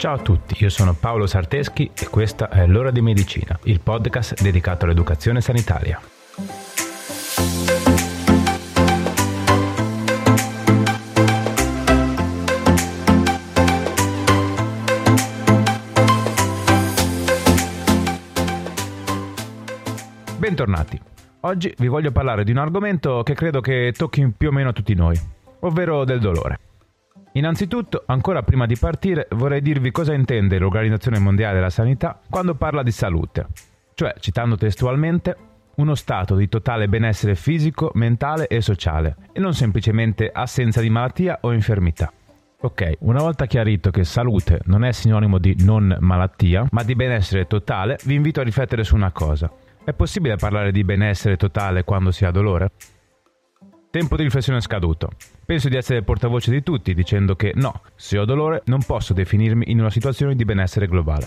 Ciao a tutti, io sono Paolo Sarteschi e questa è L'Ora di Medicina, il podcast dedicato all'educazione sanitaria. Bentornati. Oggi vi voglio parlare di un argomento che credo che tocchi più o meno tutti noi, ovvero del dolore. Innanzitutto, ancora prima di partire, vorrei dirvi cosa intende l'Organizzazione Mondiale della Sanità quando parla di salute, cioè, citando testualmente, uno stato di totale benessere fisico, mentale e sociale, e non semplicemente assenza di malattia o infermità. Ok, una volta chiarito che salute non è sinonimo di non malattia, ma di benessere totale, vi invito a riflettere su una cosa. È possibile parlare di benessere totale quando si ha dolore? Tempo di riflessione scaduto. Penso di essere portavoce di tutti dicendo che no, se ho dolore non posso definirmi in una situazione di benessere globale.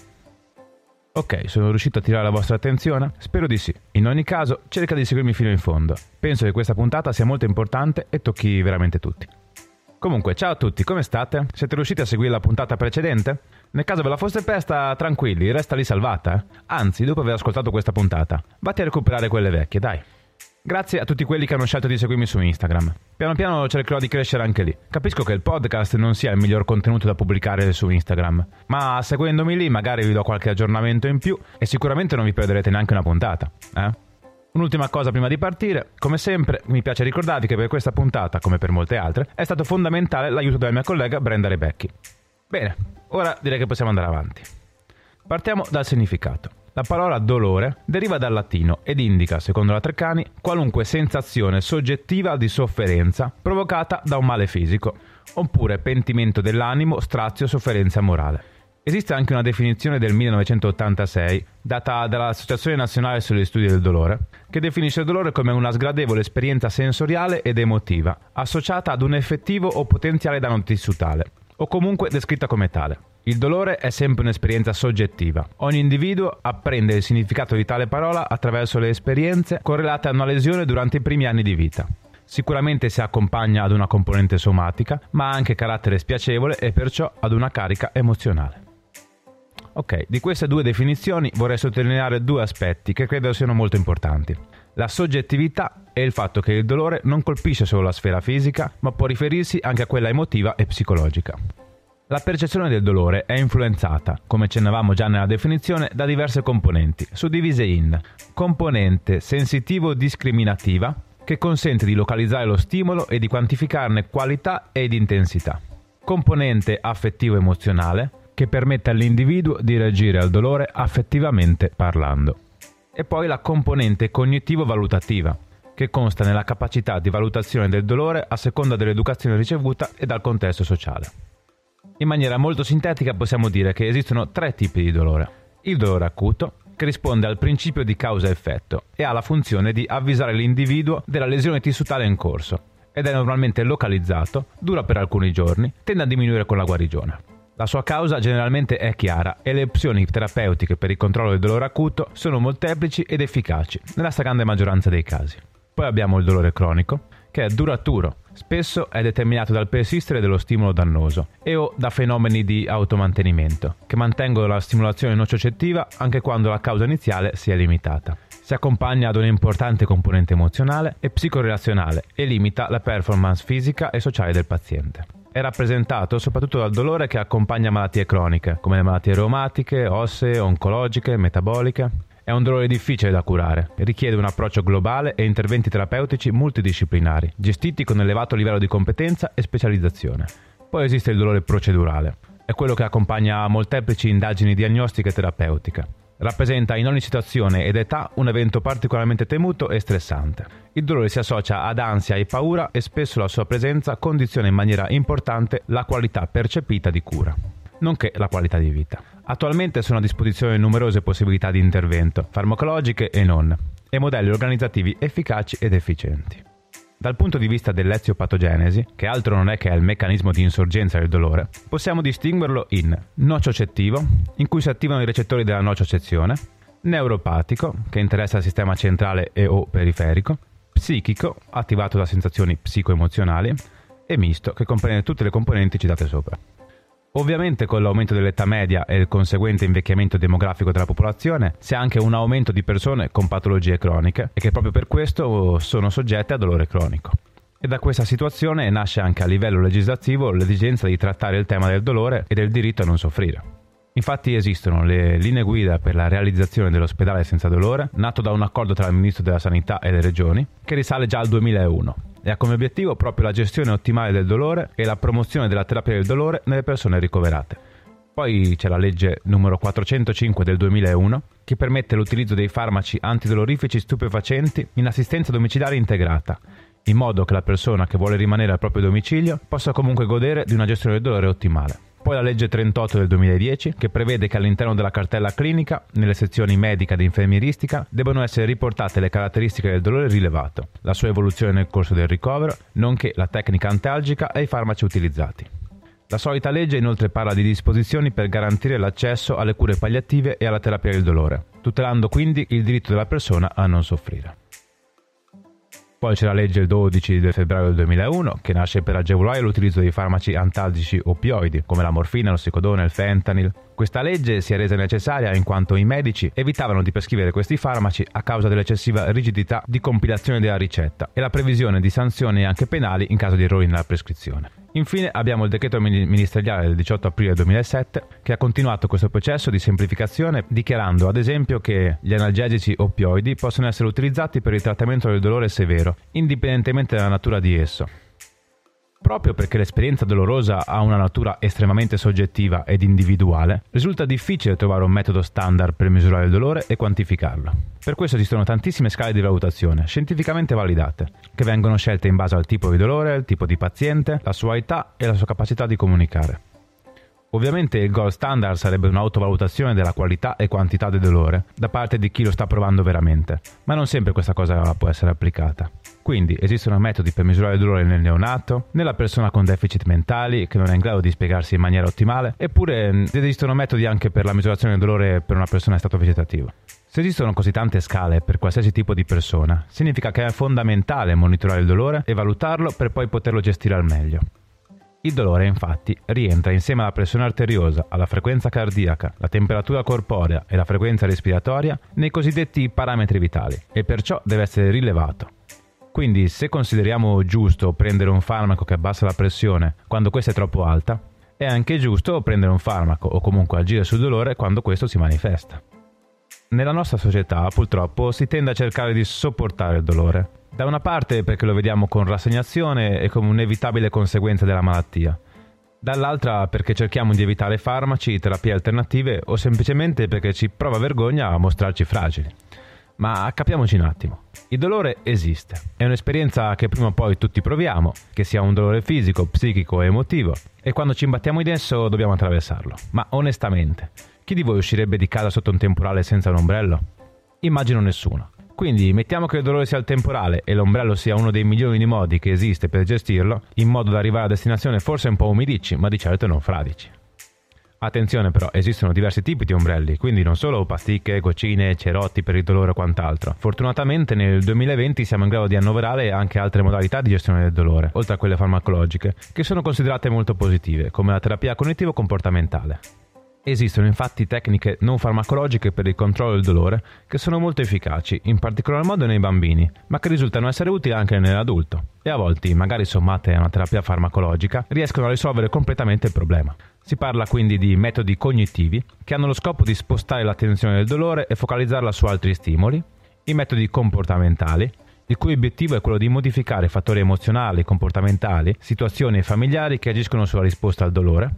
Ok, sono riuscito a tirare la vostra attenzione? Spero di sì. In ogni caso, cerca di seguirmi fino in fondo. Penso che questa puntata sia molto importante e tocchi veramente tutti. Comunque, ciao a tutti, come state? Siete riusciti a seguire la puntata precedente? Nel caso ve la foste persa, tranquilli, resta lì salvata. Anzi, dopo aver ascoltato questa puntata, vatti a recuperare quelle vecchie, dai. Grazie a tutti quelli che hanno scelto di seguirmi su Instagram. Piano piano cercherò di crescere anche lì. Capisco che il podcast non sia il miglior contenuto da pubblicare su Instagram, ma seguendomi lì magari vi do qualche aggiornamento in più e sicuramente non vi perderete neanche una puntata, Un'ultima cosa prima di partire, come sempre mi piace ricordarvi che per questa puntata, come per molte altre, è stato fondamentale l'aiuto della mia collega Brenda Rebecchi. Bene, ora direi che possiamo andare avanti. Partiamo dal significato. La parola dolore deriva dal latino ed indica, secondo la Treccani, qualunque sensazione soggettiva di sofferenza provocata da un male fisico, oppure pentimento dell'animo, strazio, sofferenza morale. Esiste anche una definizione del 1986, data dall'Associazione Nazionale sugli Studi del Dolore, che definisce il dolore come una sgradevole esperienza sensoriale ed emotiva, associata ad un effettivo o potenziale danno tissutale, o comunque descritta come tale. Il dolore è sempre un'esperienza soggettiva. Ogni individuo apprende il significato di tale parola attraverso le esperienze correlate a una lesione durante i primi anni di vita. Sicuramente si accompagna ad una componente somatica, ma ha anche carattere spiacevole e perciò ad una carica emozionale. Ok, di queste due definizioni vorrei sottolineare due aspetti che credo siano molto importanti. La soggettività e il fatto che il dolore non colpisce solo la sfera fisica, ma può riferirsi anche a quella emotiva e psicologica. La percezione del dolore è influenzata, come accennavamo già nella definizione, da diverse componenti, suddivise in componente sensitivo-discriminativa, che consente di localizzare lo stimolo e di quantificarne qualità ed intensità, componente affettivo-emozionale, che permette all'individuo di reagire al dolore affettivamente parlando, e poi la componente cognitivo-valutativa, che consta nella capacità di valutazione del dolore a seconda dell'educazione ricevuta e dal contesto sociale. In maniera molto sintetica possiamo dire che esistono tre tipi di dolore. Il dolore acuto, che risponde al principio di causa-effetto e ha la funzione di avvisare l'individuo della lesione tissutale in corso ed è normalmente localizzato, dura per alcuni giorni, tende a diminuire con la guarigione. La sua causa generalmente è chiara e le opzioni terapeutiche per il controllo del dolore acuto sono molteplici ed efficaci nella stragrande maggioranza dei casi. Poi abbiamo il dolore cronico, che è duraturo, spesso è determinato dal persistere dello stimolo dannoso e o da fenomeni di automantenimento, che mantengono la stimolazione nocicettiva anche quando la causa iniziale si è limitata. Si accompagna ad un'importante componente emozionale e psicorelazionale e limita la performance fisica e sociale del paziente. È rappresentato soprattutto dal dolore che accompagna malattie croniche, come le malattie reumatiche, ossee, oncologiche, metaboliche. È un dolore difficile da curare, richiede un approccio globale e interventi terapeutici multidisciplinari, gestiti con elevato livello di competenza e specializzazione. Poi esiste il dolore procedurale, è quello che accompagna molteplici indagini diagnostiche e terapeutiche. Rappresenta in ogni situazione ed età un evento particolarmente temuto e stressante. Il dolore si associa ad ansia e paura e spesso la sua presenza condiziona in maniera importante la qualità percepita di cura, nonché la qualità di vita. Attualmente sono a disposizione numerose possibilità di intervento, farmacologiche e non, e modelli organizzativi efficaci ed efficienti. Dal punto di vista dell'eziopatogenesi, che altro non è che è il meccanismo di insorgenza del dolore, possiamo distinguerlo in nocicettivo, in cui si attivano i recettori della nociocezione, neuropatico, che interessa il sistema centrale e o periferico, psichico, attivato da sensazioni psicoemozionali, e misto, che comprende tutte le componenti citate sopra. Ovviamente con l'aumento dell'età media e il conseguente invecchiamento demografico della popolazione si ha anche un aumento di persone con patologie croniche e che proprio per questo sono soggette a dolore cronico. E da questa situazione nasce anche a livello legislativo l'esigenza di trattare il tema del dolore e del diritto a non soffrire. Infatti esistono le linee guida per la realizzazione dell'ospedale senza dolore, nato da un accordo tra il Ministro della Sanità e le Regioni, che risale già al 2001 e ha come obiettivo proprio la gestione ottimale del dolore e la promozione della terapia del dolore nelle persone ricoverate. Poi c'è la legge numero 405 del 2001 che permette l'utilizzo dei farmaci antidolorifici stupefacenti in assistenza domiciliare integrata, in modo che la persona che vuole rimanere al proprio domicilio possa comunque godere di una gestione del dolore ottimale. Poi la legge 38 del 2010 che prevede che all'interno della cartella clinica, nelle sezioni medica ed infermieristica, debbano essere riportate le caratteristiche del dolore rilevato, la sua evoluzione nel corso del ricovero, nonché la tecnica antalgica e i farmaci utilizzati. La solita legge inoltre parla di disposizioni per garantire l'accesso alle cure palliative e alla terapia del dolore, tutelando quindi il diritto della persona a non soffrire. Poi c'è la legge 12 del febbraio del 2001 che nasce per agevolare l'utilizzo di farmaci antalgici opioidi come la morfina, l'ossicodone, il fentanyl. Questa legge si è resa necessaria in quanto i medici evitavano di prescrivere questi farmaci a causa dell'eccessiva rigidità di compilazione della ricetta e la previsione di sanzioni anche penali in caso di errori nella prescrizione. Infine abbiamo il decreto ministeriale del 18 aprile 2007 che ha continuato questo processo di semplificazione dichiarando ad esempio che gli analgesici opioidi possono essere utilizzati per il trattamento del dolore severo, indipendentemente dalla natura di esso. Proprio perché l'esperienza dolorosa ha una natura estremamente soggettiva ed individuale, risulta difficile trovare un metodo standard per misurare il dolore e quantificarlo. Per questo esistono tantissime scale di valutazione, scientificamente validate, che vengono scelte in base al tipo di dolore, il tipo di paziente, la sua età e la sua capacità di comunicare. Ovviamente il gold standard sarebbe un'autovalutazione della qualità e quantità del dolore da parte di chi lo sta provando veramente, ma non sempre questa cosa può essere applicata. Quindi esistono metodi per misurare il dolore nel neonato, nella persona con deficit mentali che non è in grado di spiegarsi in maniera ottimale, eppure esistono metodi anche per la misurazione del dolore per una persona in stato vegetativo. Se esistono così tante scale per qualsiasi tipo di persona, significa che è fondamentale monitorare il dolore e valutarlo per poi poterlo gestire al meglio. Il dolore, infatti, rientra insieme alla pressione arteriosa, alla frequenza cardiaca, la temperatura corporea e la frequenza respiratoria nei cosiddetti parametri vitali e perciò deve essere rilevato. Quindi, se consideriamo giusto prendere un farmaco che abbassa la pressione quando questa è troppo alta, è anche giusto prendere un farmaco o comunque agire sul dolore quando questo si manifesta. Nella nostra società, purtroppo, si tende a cercare di sopportare il dolore. Da una parte perché lo vediamo con rassegnazione e come un'inevitabile conseguenza della malattia. Dall'altra perché cerchiamo di evitare farmaci, terapie alternative o semplicemente perché ci prova vergogna a mostrarci fragili. Ma capiamoci un attimo. Il dolore esiste. È un'esperienza che prima o poi tutti proviamo, che sia un dolore fisico, psichico o emotivo. E quando ci imbattiamo in esso dobbiamo attraversarlo. Ma onestamente, chi di voi uscirebbe di casa sotto un temporale senza un ombrello? Immagino nessuno. Quindi mettiamo che il dolore sia il temporale e l'ombrello sia uno dei milioni di modi che esiste per gestirlo, in modo da arrivare a destinazione forse un po' umidicci, ma di certo non fradici. Attenzione però, esistono diversi tipi di ombrelli, quindi non solo pasticche, goccine, cerotti per il dolore o quant'altro. Fortunatamente nel 2020 siamo in grado di annoverare anche altre modalità di gestione del dolore, oltre a quelle farmacologiche, che sono considerate molto positive, come la terapia cognitivo-comportamentale. Esistono infatti tecniche non farmacologiche per il controllo del dolore che sono molto efficaci, in particolar modo nei bambini, ma che risultano essere utili anche nell'adulto e a volte, magari sommate a una terapia farmacologica, riescono a risolvere completamente il problema. Si parla quindi di metodi cognitivi che hanno lo scopo di spostare l'attenzione del dolore e focalizzarla su altri stimoli, i metodi comportamentali, il cui obiettivo è quello di modificare fattori emozionali, comportamentali, situazioni e familiari che agiscono sulla risposta al dolore,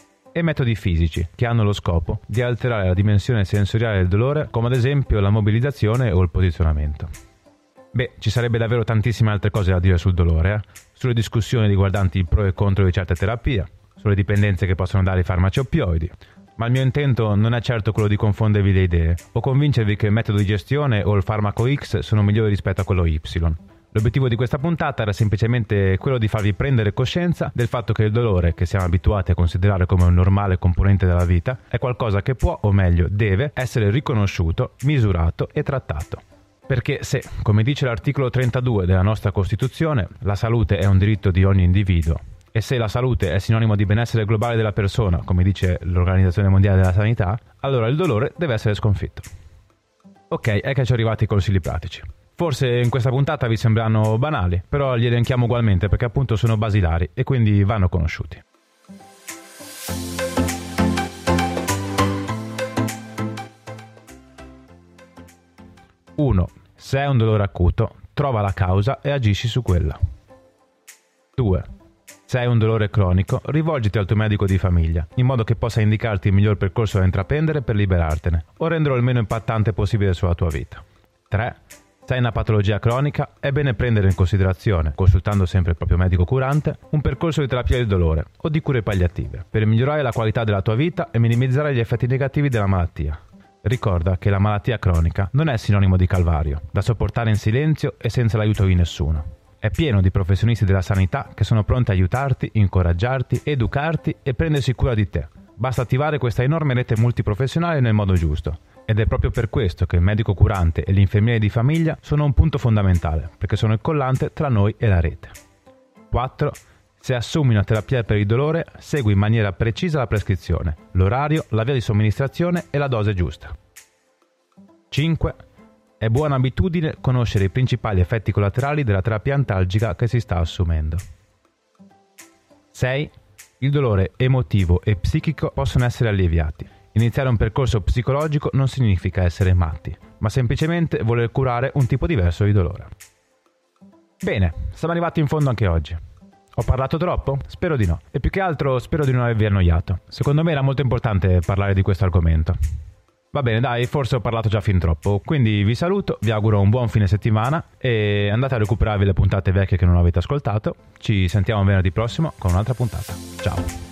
e metodi fisici, che hanno lo scopo di alterare la dimensione sensoriale del dolore, come ad esempio la mobilizzazione o il posizionamento. Beh, ci sarebbe davvero tantissime altre cose da dire sul dolore, sulle discussioni riguardanti il pro e contro di certe terapie, sulle dipendenze che possono dare i farmaci opioidi, ma il mio intento non è certo quello di confondervi le idee o convincervi che il metodo di gestione o il farmaco X sono migliori rispetto a quello Y. L'obiettivo di questa puntata era semplicemente quello di farvi prendere coscienza del fatto che il dolore, che siamo abituati a considerare come un normale componente della vita, è qualcosa che può, o meglio deve, essere riconosciuto, misurato e trattato. Perché se, come dice l'articolo 32 della nostra Costituzione, la salute è un diritto di ogni individuo, E se la salute è sinonimo di benessere globale della persona, come dice l'Organizzazione Mondiale della Sanità, allora il dolore deve essere sconfitto. Ok, ecco ci arrivati i consigli pratici. Forse in questa puntata vi sembrano banali, però li elenchiamo ugualmente perché appunto sono basilari e quindi vanno conosciuti. 1. Se hai un dolore acuto, trova la causa e agisci su quella. 2. Se hai un dolore cronico, rivolgiti al tuo medico di famiglia, in modo che possa indicarti il miglior percorso da intraprendere per liberartene, o renderlo il meno impattante possibile sulla tua vita. 3. Se hai una patologia cronica, è bene prendere in considerazione, consultando sempre il proprio medico curante, un percorso di terapia del dolore o di cure palliative, per migliorare la qualità della tua vita e minimizzare gli effetti negativi della malattia. Ricorda che la malattia cronica non è sinonimo di calvario, da sopportare in silenzio e senza l'aiuto di nessuno. È pieno di professionisti della sanità che sono pronti a aiutarti, incoraggiarti, educarti e prendersi cura di te. Basta attivare questa enorme rete multiprofessionale nel modo giusto. Ed è proprio per questo che il medico curante e l'infermiere di famiglia sono un punto fondamentale, perché sono il collante tra noi e la rete. 4. Se assumi una terapia per il dolore, segui in maniera precisa la prescrizione, l'orario, la via di somministrazione e la dose giusta. 5. È buona abitudine conoscere i principali effetti collaterali della terapia antalgica che si sta assumendo. 6. Il dolore emotivo e psichico possono essere alleviati. Iniziare un percorso psicologico non significa essere matti, ma semplicemente voler curare un tipo diverso di dolore. Bene, siamo arrivati in fondo anche oggi. Ho parlato troppo? Spero di no. E più che altro spero di non avervi annoiato. Secondo me era molto importante parlare di questo argomento. Va bene, dai, forse ho parlato già fin troppo, quindi vi saluto, vi auguro un buon fine settimana e andate a recuperarvi le puntate vecchie che non avete ascoltato. Ci sentiamo venerdì prossimo con un'altra puntata. Ciao!